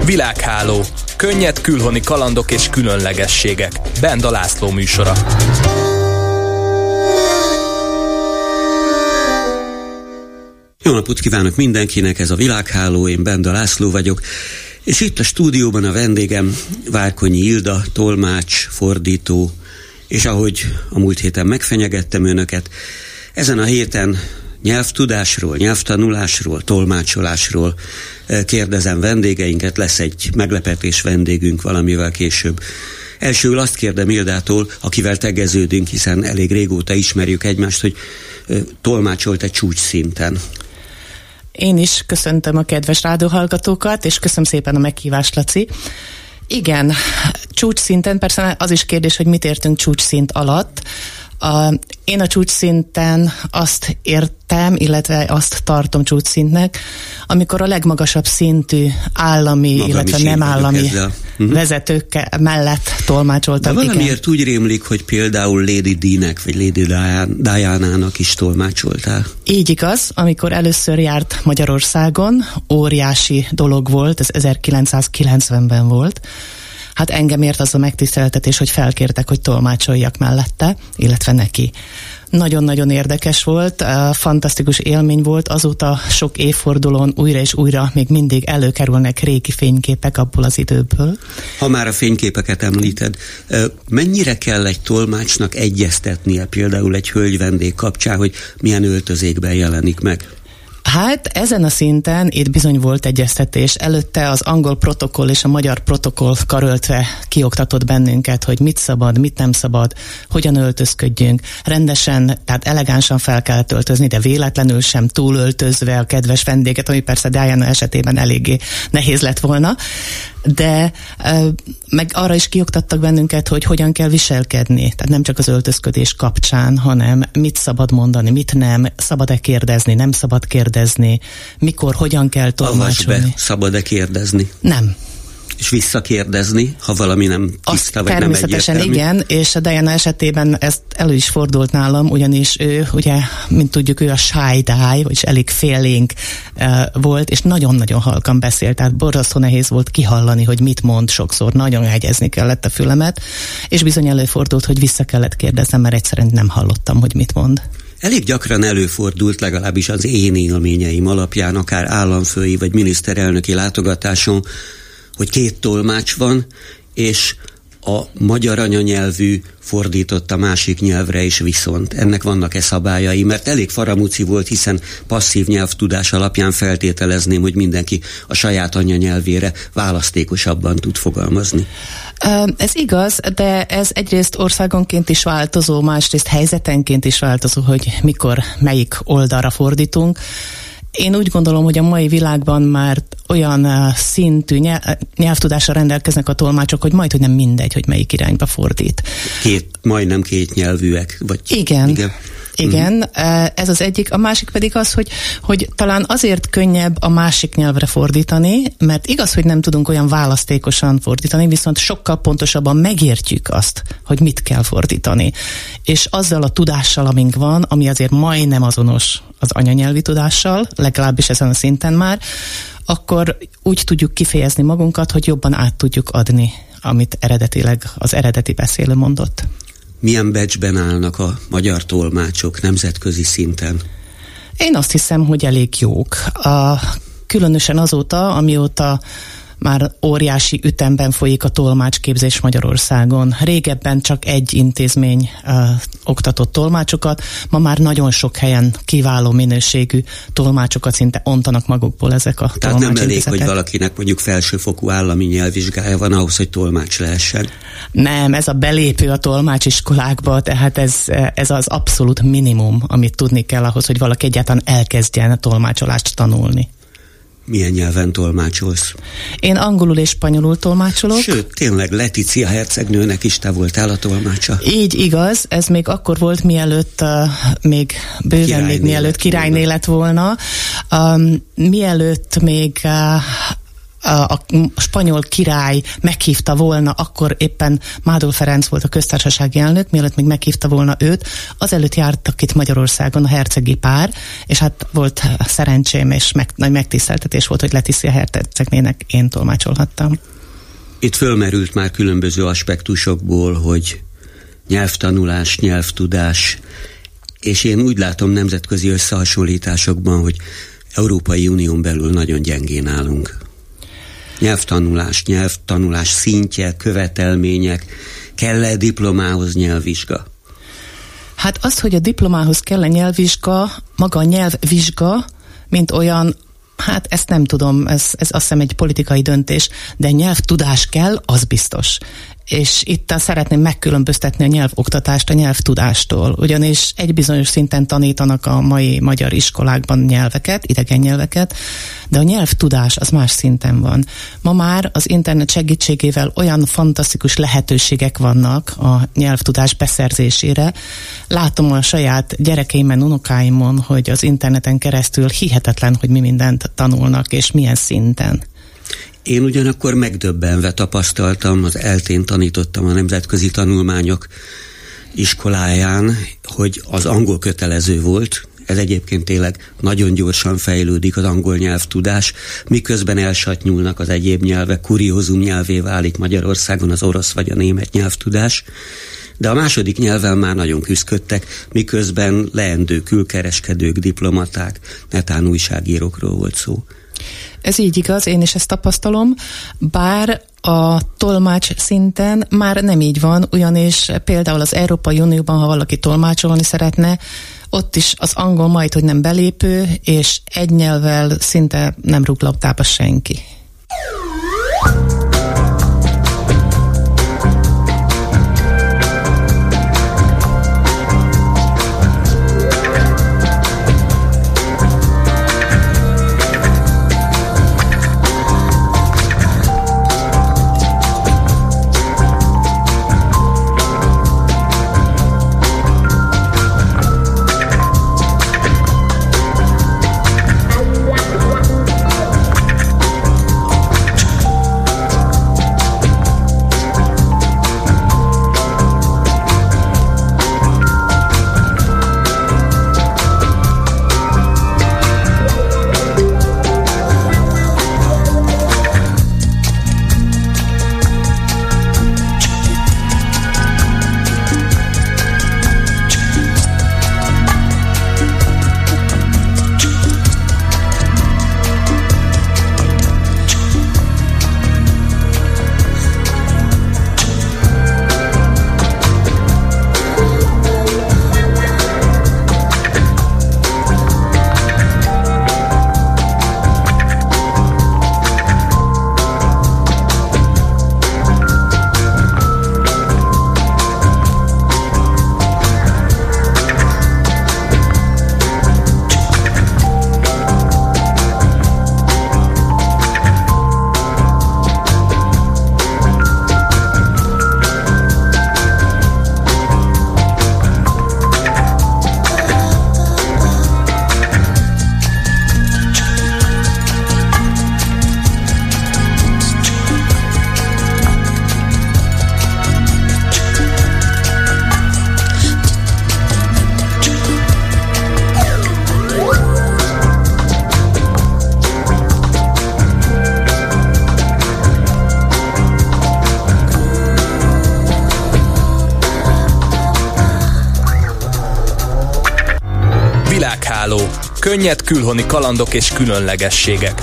Világháló. Könnyed külhoni kalandok és különlegességek. Benda László műsora. Jó napot kívánok mindenkinek, ez a Világháló, én Benda László vagyok, és itt a stúdióban a vendégem Várkonyi Ilda, tolmács, fordító, és ahogy a múlt héten megfenyegettem önöket, ezen a héten nyelvtudásról, nyelvtanulásról, tolmácsolásról kérdezem vendégeinket, lesz egy meglepetés vendégünk valamivel később. Elsőül azt kérdem Ildától, akivel tegeződünk, hiszen elég régóta ismerjük egymást, hogy tolmácsolt-e csúcs szinten. Én is köszöntöm a kedves rádióhallgatókat, és köszönöm szépen a meghívást, Laci. Igen, csúcs szinten, persze az is kérdés, hogy mit értünk csúcs szint alatt. Én a csúcs szinten azt értem, illetve azt tartom csúcs szintnek, amikor a legmagasabb szintű állami, illetve nem állami vezetők mellett tolmácsoltam. De valamiért úgy rémlik, hogy például Lady Di-nek, vagy Lady Diana-nak is tolmácsoltál. Így igaz, amikor először járt Magyarországon, óriási dolog volt, ez 1990-ben volt. Hát engem ért az a megtiszteltetés, hogy felkértek, hogy tolmácsoljak mellette, illetve neki. Nagyon-nagyon érdekes volt, fantasztikus élmény volt, azóta sok évfordulón újra és újra még mindig előkerülnek régi fényképek abból az időből. Ha már a fényképeket említed, mennyire kell egy tolmácsnak egyeztetnie például egy hölgyvendég kapcsán, hogy milyen öltözékben jelenik meg? Hát ezen a szinten itt bizony volt egyeztetés. Előtte az angol protokoll és a magyar protokoll karöltve kioktatott bennünket, hogy mit szabad, mit nem szabad, hogyan öltözködjünk. Rendesen, tehát elegánsan fel kellett öltözni, de véletlenül sem túlöltözve a kedves vendéget, ami persze Diana esetében eléggé nehéz lett volna. De meg arra is kioktattak bennünket, hogy hogyan kell viselkedni. Tehát nem csak az öltözködés kapcsán, hanem mit szabad mondani, mit nem, szabad-e kérdezni, nem szabad kérdezni, mikor, hogyan kell tolmácsolni. Szabad-e kérdezni? Nem. És visszakérdezni, ha valami nem tiszta, vagy nem egyértelmű? Természetesen igen, és a Diana esetében ez elő is fordult nálam, ugyanis ő, ugye, mint tudjuk, ő a shy guy, vagyis elég félénk volt, és nagyon-nagyon halkan beszélt, tehát borzasztó nehéz volt kihallani, hogy mit mond sokszor, nagyon hegyezni kellett a fülemet, és bizony előfordult, hogy vissza kellett kérdeznem, mert egyszerűen nem hallottam, hogy mit mond. Elég gyakran előfordult, legalábbis az én élményeim alapján, akár államfői vagy miniszterelnöki látogatáson, hogy két tolmács van, és a magyar anyanyelvű fordított a másik nyelvre is viszont. Ennek vannak-e szabályai? Mert elég faramúci volt, hiszen passzív nyelvtudás alapján feltételezném, hogy mindenki a saját anyanyelvére választékosabban tud fogalmazni. Ez igaz, de ez egyrészt országonként is változó, másrészt helyzetenként is változó, hogy mikor, melyik oldalra fordítunk. Én úgy gondolom, hogy a mai világban már olyan szintű nyelvtudással rendelkeznek a tolmácsok, hogy majdhogy nem mindegy, hogy melyik irányba fordít. Majdnem két nyelvűek. Vagy... Igen, ez az egyik. A másik pedig az, hogy talán azért könnyebb a másik nyelvre fordítani, mert igaz, hogy nem tudunk olyan választékosan fordítani, viszont sokkal pontosabban megértjük azt, hogy mit kell fordítani. És azzal a tudással, amink van, ami azért majdnem azonos az anyanyelvi tudással, legalábbis ezen a szinten már, akkor úgy tudjuk kifejezni magunkat, hogy jobban át tudjuk adni, amit eredetileg az eredeti beszélő mondott. Milyen becsben állnak a magyar tolmácsok nemzetközi szinten? Én azt hiszem, hogy elég jók. Különösen azóta, amióta már óriási ütemben folyik a tolmácsképzés Magyarországon. Régebben csak egy intézmény oktatott tolmácsokat, ma már nagyon sok helyen kiváló minőségű tolmácsokat szinte ontanak magukból ezek a tolmácsintézetek. Tehát nem elég, hogy valakinek mondjuk felsőfokú állami nyelvvizsgája van ahhoz, hogy tolmács lehessen? Nem, ez a belépő a tolmácsiskolákba, tehát ez az abszolút minimum, amit tudni kell ahhoz, hogy valaki egyáltalán elkezdjen a tolmácsolást tanulni. Milyen nyelven tolmácsolsz? Én angolul és spanyolul tolmácsolok. Sőt, tényleg Letícia hercegnőnek is te voltál a tolmácsa. Így igaz, ez még akkor volt, mielőtt még bőven mielőtt királyné lett volna. Mielőtt még a spanyol király meghívta volna, akkor éppen Mádl Ferenc volt a köztársasági elnök, mielőtt még meghívta volna őt, azelőtt jártak itt Magyarországon a hercegi pár, és hát volt szerencsém, és nagy megtiszteltetés volt, hogy Leticia hercegnének én tolmácsolhattam. Itt fölmerült már különböző aspektusokból, hogy nyelvtanulás, nyelvtudás, és én úgy látom nemzetközi összehasonlításokban, hogy Európai Unión belül nagyon gyengén állunk. Nyelvtanulás szintje, követelmények, kell-e diplomához nyelvvizsga? Hát az, hogy a diplomához kell-e nyelvvizsga, maga a nyelvvizsga, mint olyan, hát ezt nem tudom, ez azt hiszem egy politikai döntés, de nyelvtudás kell, az biztos. És itt szeretném megkülönböztetni a nyelvoktatást a nyelvtudástól, ugyanis egy bizonyos szinten tanítanak a mai magyar iskolákban nyelveket, idegen nyelveket, de a nyelvtudás az más szinten van. Ma már az internet segítségével olyan fantasztikus lehetőségek vannak a nyelvtudás beszerzésére. Látom a saját gyerekeimen, unokáimon, hogy az interneten keresztül hihetetlen, hogy mi mindent tanulnak, és milyen szinten. Én ugyanakkor megdöbbenve tapasztaltam, az ELTE-n tanítottam a nemzetközi tanulmányok iskoláján, hogy az angol kötelező volt, ez egyébként tényleg nagyon gyorsan fejlődik az angol nyelvtudás, miközben elsatnyulnak az egyéb nyelvek, kuriózum nyelvé válik Magyarországon az orosz vagy a német nyelvtudás, de a második nyelvvel már nagyon küzdködtek, miközben leendő külkereskedők, diplomaták, netán újságírókról volt szó. Ez így igaz, én is ezt tapasztalom, bár a tolmács szinten már nem így van, ugyanis például az Európai Unióban, ha valaki tolmácsolni szeretne, ott is az angol majd, hogy nem belépő, és egy nyelvvel szinte nem rúg labdába senki. Könnyed külhoni kalandok és különlegességek.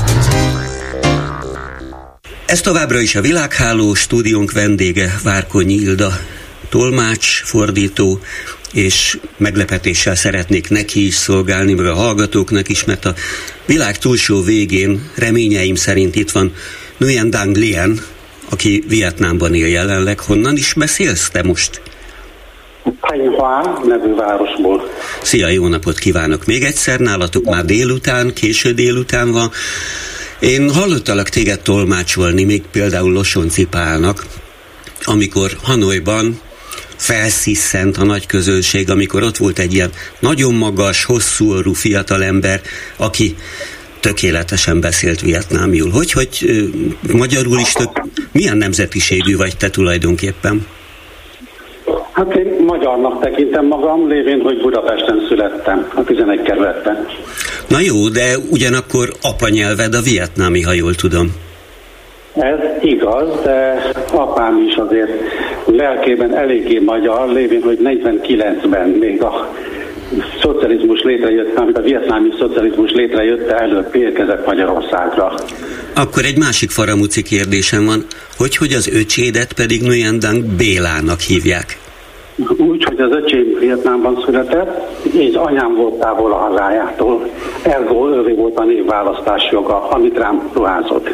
Ez továbbra is a Világháló, stúdiónk vendége Várkonyi Ilda, tolmács, fordító, és meglepetéssel szeretnék neki is szolgálni, meg a hallgatóknak is, mert a világ túlsó végén reményeim szerint itt van Nguyen Dang Lien, aki Vietnámban él jelenleg. Honnan is beszélsz te most? Thanh nevű városból. Szia, jó napot kívánok még egyszer, nálatok már délután, késő délután van. Én hallottalak téged tolmácsolni, még például Losonci Pálnak, amikor Hanoiban felsziszent a nagy közönség, amikor ott volt egy ilyen nagyon magas, hosszú orrú fiatalember, aki tökéletesen beszélt vietnámiul. Hogy magyarul is milyen nemzetiségű vagy te tulajdonképpen? Hát én magyarnak tekintem magam, lévén, hogy Budapesten születtem, a 11 kerületben. Na jó, de ugyanakkor apanyelved a vietnámi, ha jól tudom. Ez igaz, de apám is azért lelkében eléggé magyar, lévén, hogy 49-ben még a szocializmus létrejött, amit a vietnámi szocializmus létrejött, előbb érkezett Magyarországra. Akkor egy másik faramúci kérdésem van, hogy az öcsédet pedig Nguyen Dang Bélának hívják? Úgy, hogy az öcsém Vietnámban született, és anyám volt távol a hazájától. Ergo ővé volt a névválasztás joga, amit rám ruházott.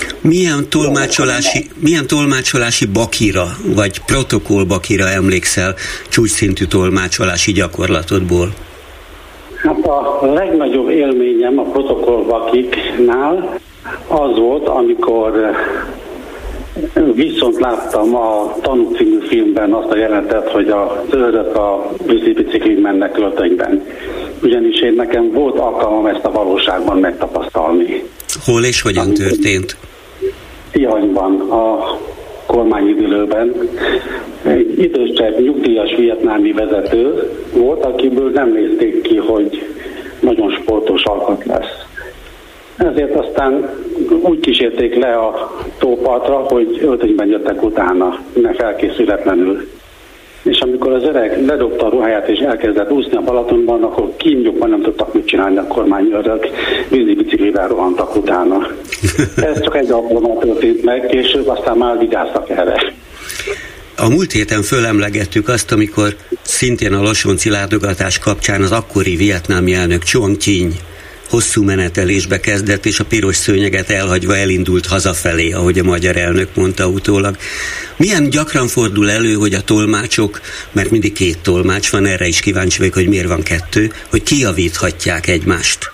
Milyen tolmácsolási bakira, vagy protokollbakira emlékszel csúcsszintű tolmácsolási gyakorlatodból? Hát a legnagyobb élményem a protokollbakiknál az volt, amikor viszont láttam a Tanú című filmben azt a jelenetet, hogy a őrök a vízibiciklin mennek költönyben. Ugyanis nekem volt alkalmam ezt a valóságban megtapasztalni. Hol és hogyan történt? Tihanyban, a kormányidőben egy idősebb, nyugdíjas vietnámi vezető volt, akiből nem nézték ki, hogy nagyon sportos alkat lesz. Ezért aztán úgy kísérték le a tópartra, hogy öltönyben jöttek utána, ne felkészületlenül. És amikor az öreg ledobta a ruháját és elkezdett úszni a Balatonban, akkor kímnyugban nem tudtak mit csinálni a kormányőrök, vízibiciklivel rohantak utána. Ez csak egy alkalommal történt meg, később aztán már vigyáztak erre. A múlt héten fölemlegettük azt, amikor szintén a Losonci látogatás kapcsán az akkori vietnámi elnök Truong Trinh hosszú menetelésbe kezdett, és a piros szőnyeget elhagyva elindult hazafelé, ahogy a magyar elnök mondta utólag. Milyen gyakran fordul elő, hogy a tolmácsok, mert mindig 2 tolmács van, erre is kíváncsi vagyok, hogy miért van 2, hogy kijavíthatják egymást?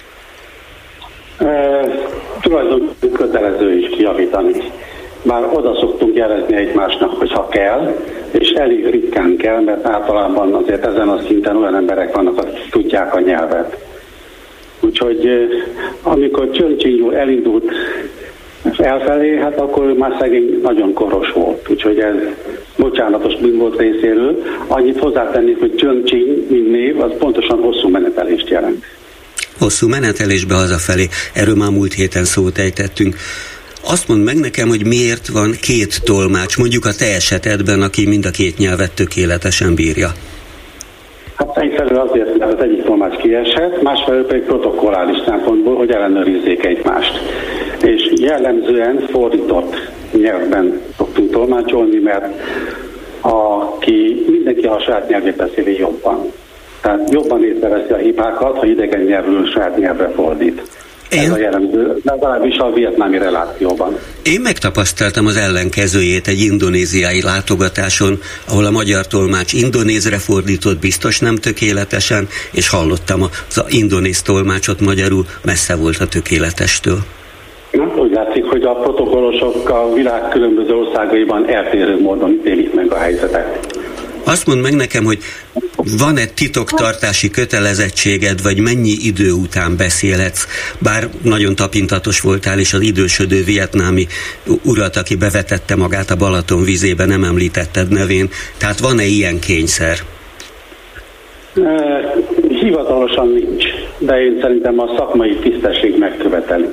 Tulajdonképpen kötelező is kijavítani. Bár oda szoktunk jelezni egymásnak, hogyha kell, és elég ritkán kell, mert általában azért ezen a szinten olyan emberek vannak, akik tudják a nyelvet. Úgyhogy amikor Truong Trinh úr elindult elfelé, hát akkor már szegény nagyon koros volt. Úgyhogy ez bocsánatos bűn volt részéről. Annyit hozzátennék, hogy Truong Trinh, mint név, az pontosan hosszú menetelést jelent. Hosszú menetelésbe hazafelé, erről már múlt héten szót ejtettünk. Azt mondd meg nekem, hogy miért van 2 tolmács, mondjuk a te esetedben, aki mind a 2 nyelvet tökéletesen bírja? Hát egyfelől azért, mert az egyik tolmács kiesett, másfelől pedig protokollális szempontból, hogy ellenőrizzék egymást. És jellemzően fordított nyelvben szoktunk tolmácsolni, mert mindenki a saját nyelvét beszéli jobban. Tehát jobban észreveszi a hibákat, ha idegen nyelvről saját nyelvre fordít. Ez a jellemző, legalábbis a vietnámi relációban. Én megtapasztaltam az ellenkezőjét egy indonéziai látogatáson, ahol a magyar tolmács indonézre fordított, biztos nem tökéletesen, és hallottam az indonéz tolmácsot magyarul, messze volt a tökéletestől. Úgy látszik, hogy a protokollosok a világ különböző országaiban eltérő módon ítélik meg a helyzetet. Azt mondd meg nekem, hogy van-e titoktartási kötelezettséged, vagy mennyi idő után beszélhetsz? Bár nagyon tapintatos voltál, és az idősödő vietnámi urat, aki bevetette magát a Balaton vízébe, nem említetted nevén. Tehát van-e ilyen kényszer? Hivatalosan nincs, de én szerintem a szakmai tisztesség megköveteli.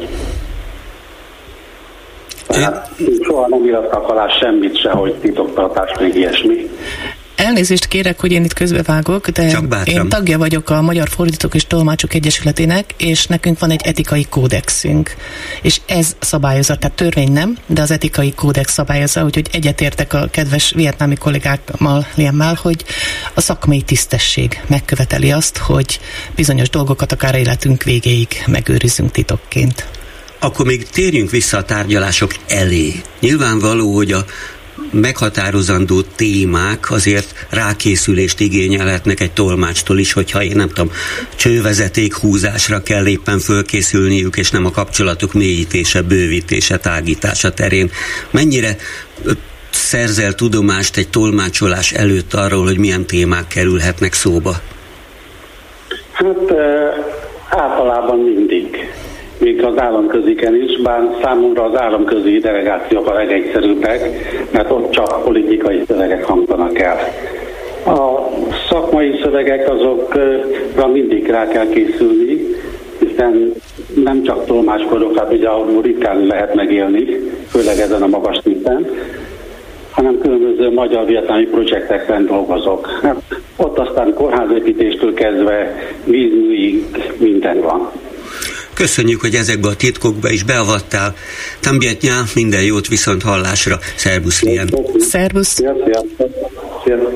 Tehát soha nem irattak alá semmit se, hogy titoktartás, még ilyesmi. Elnézést kérek, hogy én itt közbevágok, de én tagja vagyok a Magyar Fordítók és Tolmácsok Egyesületének, és nekünk van egy etikai kódexünk. És ez szabályozza, tehát törvény nem, de az etikai kódex szabályozza, úgyhogy egyetértek a kedves vietnámi kollégákmal, Liammel, hogy a szakmai tisztesség megköveteli azt, hogy bizonyos dolgokat akár életünk végéig megőrizzünk titokként. Akkor még térjünk vissza a tárgyalások elé. Nyilvánvaló, hogy a meghatározandó témák azért rákészülést igényelhetnek egy tolmácstól is, hogyha én nem tudom, csővezeték húzásra kell éppen fölkészülniük, és nem a kapcsolatok mélyítése, bővítése, tágítása terén. Mennyire szerzel tudomást egy tolmácsolás előtt arról, hogy milyen témák kerülhetnek szóba? Hát általában mindig. még az államköziken is, bár számomra az államközi delegációk a legegyszerűbbek, mert ott csak politikai szövegek hangzanak el. A szakmai szövegek azokra mindig rá kell készülni, hiszen nem csak tolmácskorokat, ugye ahol ritkán lehet megélni, főleg ezen a magas szinten, hanem különböző magyar-vietnámi projektekben dolgozok. Hát, ott aztán kórházépítéstől kezdve vízműig minden van. Köszönjük, hogy ezekbe a titkokba is beavattál. Tambiet nyá, minden jót, viszont hallásra. Szervusz, Lien. Szervusz. Szia.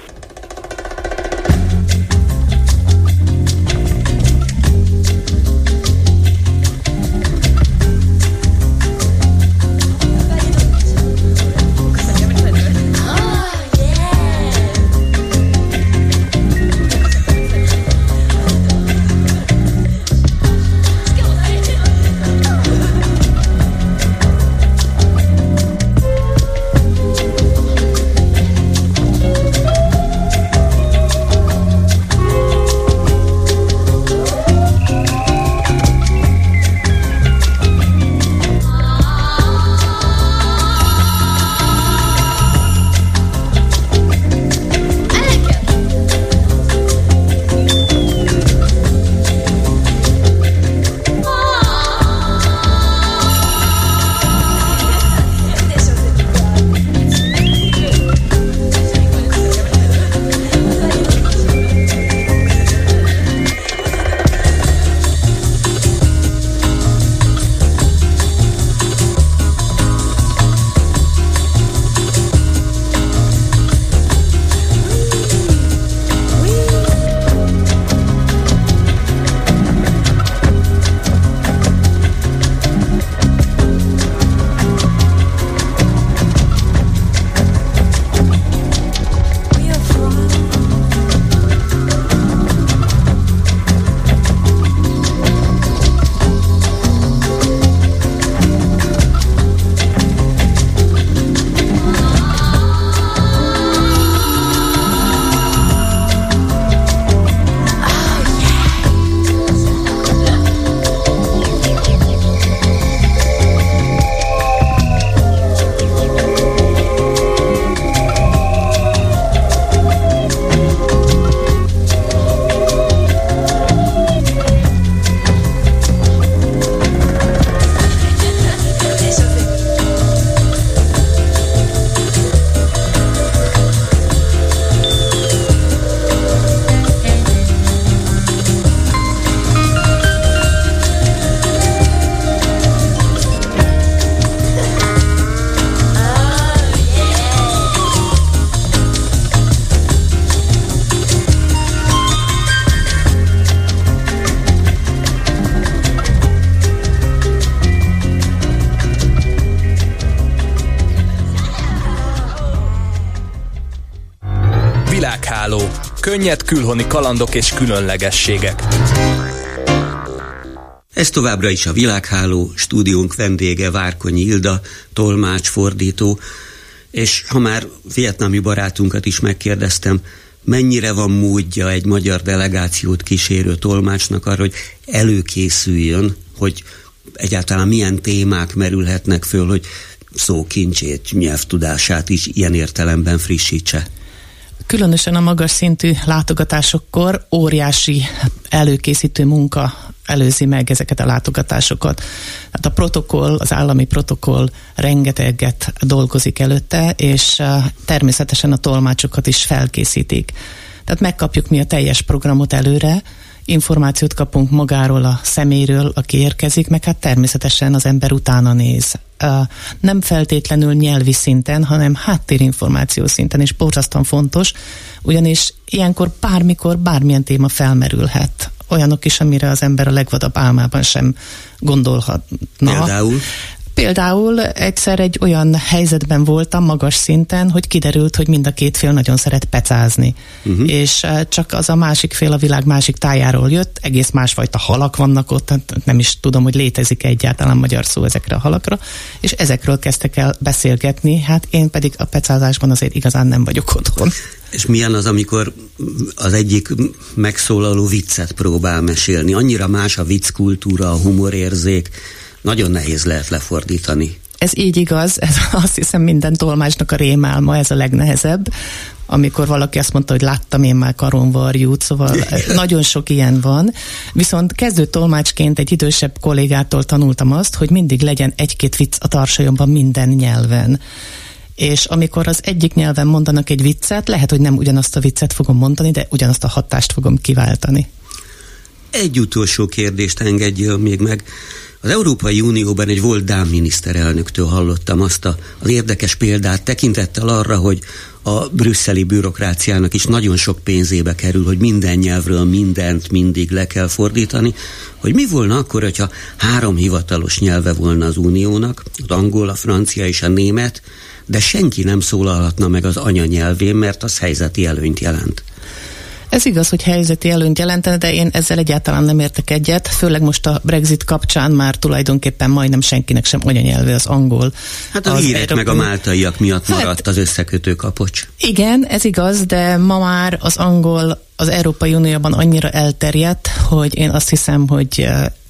Világháló. Könnyed külhoni kalandok és különlegességek. Ez továbbra is a Világháló, stúdiónk vendége Várkonyi Ilda, tolmács, fordító, és ha már vietnámi barátunkat is megkérdeztem, mennyire van módja egy magyar delegációt kísérő tolmácsnak arra, hogy előkészüljön, hogy egyáltalán milyen témák merülhetnek föl, hogy szókincsét, nyelvtudását is ilyen értelemben frissítse. Különösen a magas szintű látogatásokkor óriási előkészítő munka előzi meg ezeket a látogatásokat. Hát a protokoll, az állami protokoll rengeteget dolgozik előtte, és természetesen a tolmácsokat is felkészítik. Tehát megkapjuk mi a teljes programot előre, információt kapunk magáról a személyről, aki érkezik, meg hát természetesen az ember utána néz. Nem feltétlenül nyelvi szinten, hanem háttérinformáció szinten, és borzasztóan fontos, ugyanis ilyenkor bármikor bármilyen téma felmerülhet. Olyanok is, amire az ember a legvadabb álmában sem gondolhatna. Például? Például egyszer egy olyan helyzetben voltam magas szinten, hogy kiderült, hogy mind a két fél nagyon szeret pecázni. És csak az a másik fél a világ másik tájáról jött, egész másfajta halak vannak ott, nem is tudom, hogy létezik egyáltalán magyar szó ezekre a halakra, és ezekről kezdtek el beszélgetni, hát én pedig a pecázásban azért igazán nem vagyok otthon. És milyen az, amikor az egyik megszólaló viccet próbál mesélni? Annyira más a vicckultúra, a humorérzék, nagyon nehéz lehet lefordítani. Ez így igaz, ez azt hiszem minden tolmácsnak a rémálma, ez a legnehezebb, amikor valaki azt mondta, hogy láttam én már karonvarjút, szóval nagyon sok ilyen van. Viszont kezdő tolmácsként egy idősebb kollégától tanultam azt, hogy mindig legyen egy-két vicc a tarsajomban minden nyelven. És amikor az egyik nyelven mondanak egy viccet, lehet, hogy nem ugyanazt a viccet fogom mondani, de ugyanazt a hatást fogom kiváltani. Egy utolsó kérdést engedjél még meg. Az Európai Unióban egy volt dán miniszterelnöktől hallottam azt az érdekes példát tekintettel arra, hogy a brüsszeli bürokráciának is nagyon sok pénzébe kerül, hogy minden nyelvről mindent mindig le kell fordítani, hogy mi volna akkor, hogyha 3 hivatalos nyelve volna az uniónak, az angol, a francia és a német, de senki nem szólalhatna meg az anyanyelvén, mert az helyzeti előnyt jelent. Ez igaz, hogy helyzeti előnyt jelentene, de én ezzel egyáltalán nem értek egyet, főleg most a Brexit kapcsán már tulajdonképpen majdnem senkinek sem anyanyelve az angol. Hát a hírek meg a máltaiak miatt maradt az összekötő kapocs. Igen, ez igaz, de ma már az angol az Európai Unióban annyira elterjedt, hogy én azt hiszem, hogy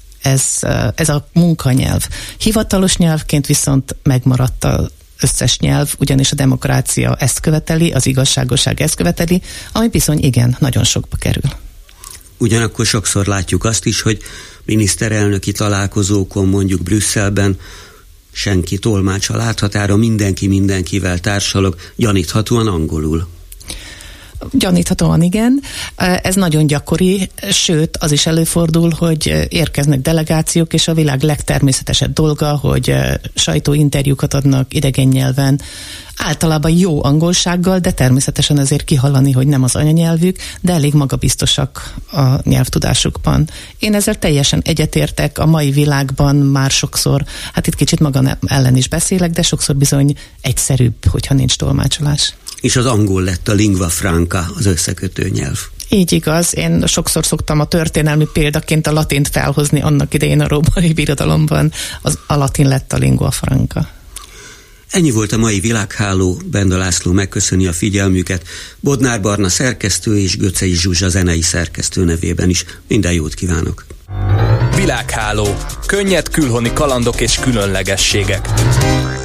ez a munkanyelv. Hivatalos nyelvként viszont megmaradt az összes nyelv, ugyanis a demokrácia ezt követeli, az igazságosság ezt követeli, ami bizony igen, nagyon sokba kerül. Ugyanakkor sokszor látjuk azt is, hogy miniszterelnöki találkozókon, mondjuk Brüsszelben senki tolmács a láthatára, mindenki mindenkivel társalog, gyaníthatóan angolul. Gyaníthatóan igen. Ez nagyon gyakori, sőt, az is előfordul, hogy érkeznek delegációk, és a világ legtermészetesebb dolga, hogy sajtóinterjúkat adnak idegen nyelven, általában jó angolsággal, de természetesen azért kihallani, hogy nem az anyanyelvük, de elég magabiztosak a nyelvtudásukban. Én ezzel teljesen egyetértek, a mai világban már sokszor, hát itt kicsit magam ellen is beszélek, de sokszor bizony egyszerűbb, hogyha nincs tolmácsolás. És az angol lett a lingua franca, az összekötő nyelv. Így igaz, én sokszor szoktam a történelmi példaként a latint felhozni, annak idején a római birodalomban a latin lett a lingua franca. Ennyi volt a mai Világháló. Benda László megköszöni a figyelmüket. Bodnár Barna szerkesztő és Göczei Zsuzsa zenei szerkesztő nevében is. Minden jót kívánok! Világháló. Könnyed külhoni kalandok és különlegességek.